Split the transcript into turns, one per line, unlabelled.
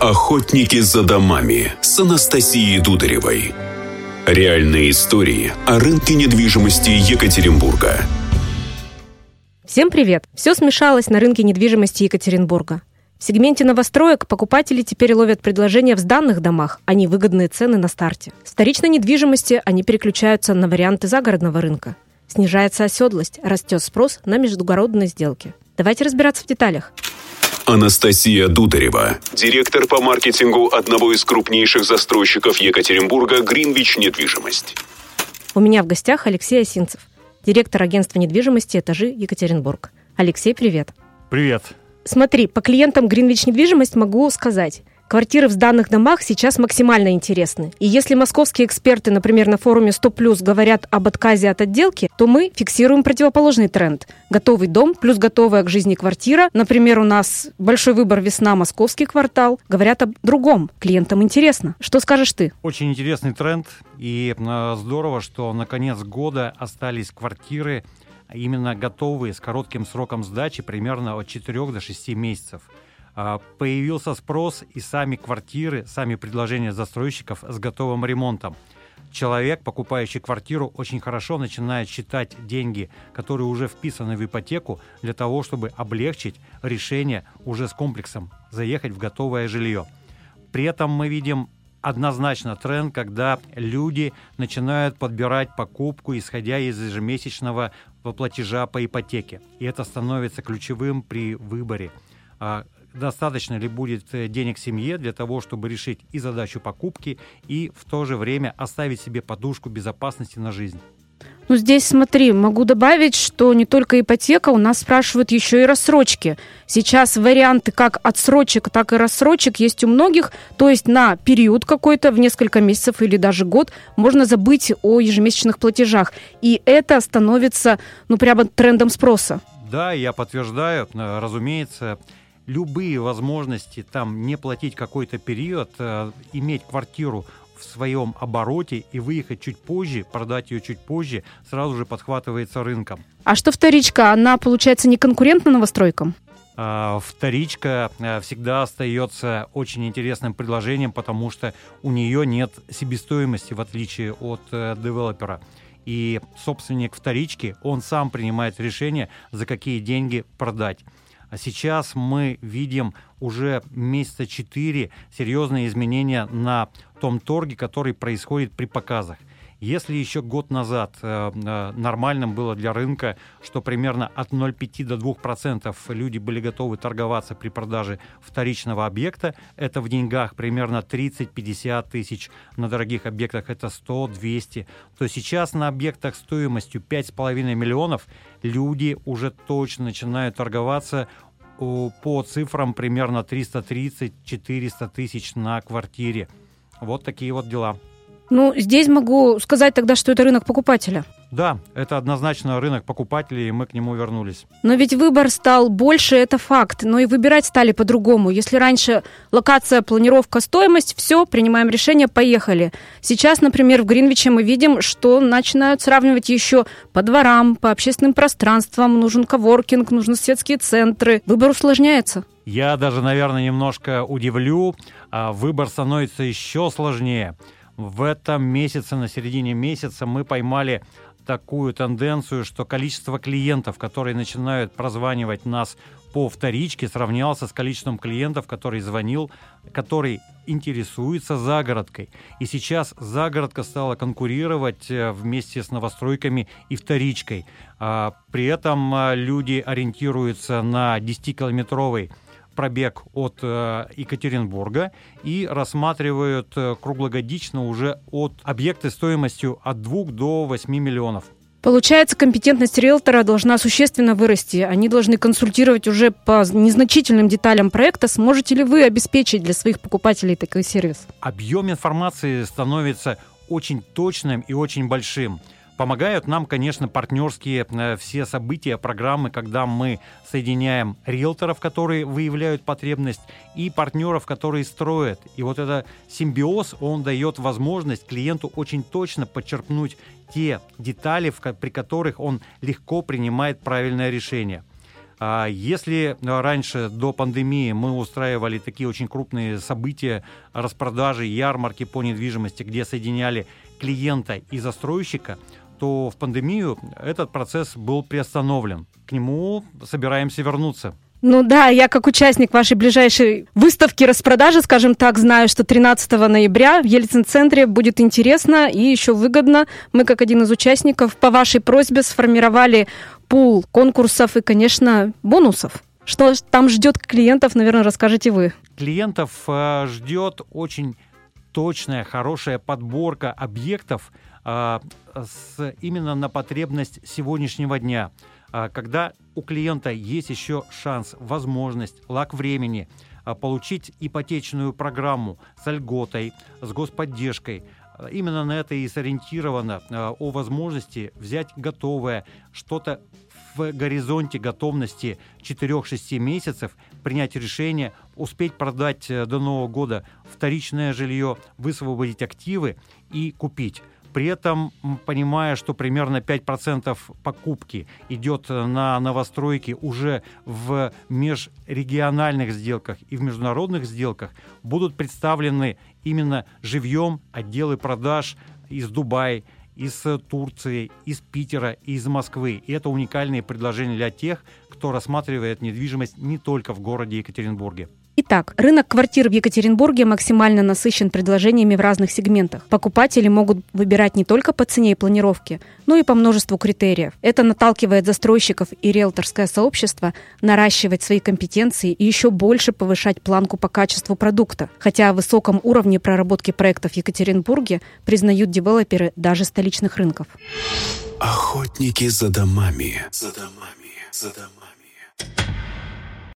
Охотники за домами с Анастасией Дударевой. Реальные истории о рынке недвижимости Екатеринбурга.
Всем привет! Все смешалось на рынке недвижимости Екатеринбурга. В сегменте новостроек покупатели теперь ловят предложения в сданных домах, а не выгодные цены на старте. В вторичной недвижимости они переключаются на варианты загородного рынка. Снижается оседлость, растет спрос на междугородные сделки. Давайте разбираться в деталях.
Анастасия Дударева, директор по маркетингу одного из крупнейших застройщиков Екатеринбурга «Гринвич Недвижимость».
У меня в гостях Алексей Осинцев, директор агентства недвижимости «Этажи Екатеринбург». Алексей, привет.
Привет.
Смотри, по клиентам «Гринвич Недвижимость» могу сказать, квартиры в сданных домах сейчас максимально интересны. И если московские эксперты, например, на форуме 100+, говорят об отказе от отделки, то мы фиксируем противоположный тренд. Готовый дом плюс готовая к жизни квартира. Например, у нас большой выбор «Весна», московский квартал. Говорят об другом. Клиентам интересно. Что скажешь ты?
Очень интересный тренд. И здорово, что на конец года остались квартиры именно готовые, с коротким сроком сдачи, примерно от 4 до 6 месяцев. Появился спрос и сами квартиры, сами предложения застройщиков с готовым ремонтом. Человек, покупающий квартиру, очень хорошо начинает считать деньги, которые уже вписаны в ипотеку, для того, чтобы облегчить решение уже с комплексом заехать в готовое жилье. При этом мы видим однозначно тренд, когда люди начинают подбирать покупку, исходя из ежемесячного платежа по ипотеке. И это становится ключевым при выборе. Достаточно ли будет денег семье для того, чтобы решить и задачу покупки, и в то же время оставить себе подушку безопасности на жизнь?
Ну, здесь, смотри, могу добавить, что не только ипотека, у нас спрашивают еще и рассрочки. Сейчас варианты как отсрочек, так и рассрочек есть у многих, то есть на период какой-то, в несколько месяцев или даже год, можно забыть о ежемесячных платежах. И это становится, прямо трендом спроса.
Да, я подтверждаю, разумеется, любые возможности там не платить какой-то период, иметь квартиру в своем обороте и выехать чуть позже, продать ее чуть позже, сразу же подхватывается рынком.
А что вторичка? Она, получается, не конкурентна новостройкам?
Вторичка всегда остается очень интересным предложением, потому что у нее нет себестоимости, в отличие от девелопера. И собственник вторички, он сам принимает решение, за какие деньги продать. А сейчас мы видим уже месяца 4 серьезные изменения на том торге, который происходит при показах. Если еще год назад нормальным было для рынка, что примерно от 0,5 до 2% люди были готовы торговаться при продаже вторичного объекта, это в деньгах примерно 30-50 тысяч, на дорогих объектах это 100-200, то сейчас на объектах стоимостью 5,5 миллионов люди уже точно начинают торговаться по цифрам примерно 330-400 тысяч на квартире. Вот такие вот дела.
Здесь могу сказать тогда, что это рынок покупателя.
Да, это однозначно рынок покупателей, и мы к нему вернулись.
Но ведь выбор стал больше, это факт. Но и выбирать стали по-другому. Если раньше локация, планировка, стоимость, все, принимаем решение, поехали. Сейчас, например, в Гринвиче мы видим, что начинают сравнивать еще по дворам, по общественным пространствам. Нужен коворкинг, нужны светские центры. Выбор усложняется.
Я даже, наверное, немножко удивлю. Выбор становится еще сложнее. В этом месяце, на середине месяца, мы поймали такую тенденцию, что количество клиентов, которые начинают прозванивать нас по вторичке, сравнялся с количеством клиентов, который звонил, который интересуется загородкой. И сейчас загородка стала конкурировать вместе с новостройками и вторичкой. При этом люди ориентируются на 10-километровый пробег от Екатеринбурга и рассматривают круглогодично уже от объекта стоимостью от 2 до 8 миллионов.
Получается, компетентность риэлтора должна существенно вырасти. Они должны консультировать уже по незначительным деталям проекта. Сможете ли вы обеспечить для своих покупателей такой сервис?
Объем информации становится очень точным и очень большим. Помогают нам, конечно, партнерские все события, программы, когда мы соединяем риэлторов, которые выявляют потребность, и партнеров, которые строят. И вот этот симбиоз, он дает возможность клиенту очень точно подчеркнуть те детали, при которых он легко принимает правильное решение. Если раньше, до пандемии, мы устраивали такие очень крупные события, распродажи, ярмарки по недвижимости, где соединяли клиента и застройщика, то в пандемию этот процесс был приостановлен. К нему собираемся вернуться.
Ну да, я как участник вашей ближайшей выставки распродажи, скажем так, знаю, что 13 ноября в Ельцин-центре будет интересно и еще выгодно. Мы, как один из участников, по вашей просьбе сформировали пул конкурсов и, конечно, бонусов. Что там ждет клиентов, наверное, расскажете вы.
Клиентов ждет очень точная, хорошая подборка объектов именно на потребность сегодняшнего дня. Когда у клиента есть еще шанс, возможность, лак времени получить ипотечную программу с льготой, с господдержкой, именно на это и сориентировано о возможности взять готовое, что-то в горизонте готовности 4-6 месяцев, принять решение, успеть продать до Нового года вторичное жилье, высвободить активы и купить. При этом, понимая, что примерно 5% покупки идет на новостройки уже в межрегиональных сделках и в международных сделках, будут представлены именно живьем отделы продаж из Дубая, из Турции, из Питера и из Москвы. И это уникальные предложения для тех, кто рассматривает недвижимость не только в городе Екатеринбурге.
Итак, рынок квартир в Екатеринбурге максимально насыщен предложениями в разных сегментах. Покупатели могут выбирать не только по цене и планировке, но и по множеству критериев. Это наталкивает застройщиков и риэлторское сообщество наращивать свои компетенции и еще больше повышать планку по качеству продукта. Хотя о высоком уровне проработки проектов в Екатеринбурге признают девелоперы даже столичных рынков.
Охотники за домами. За домами. За домами.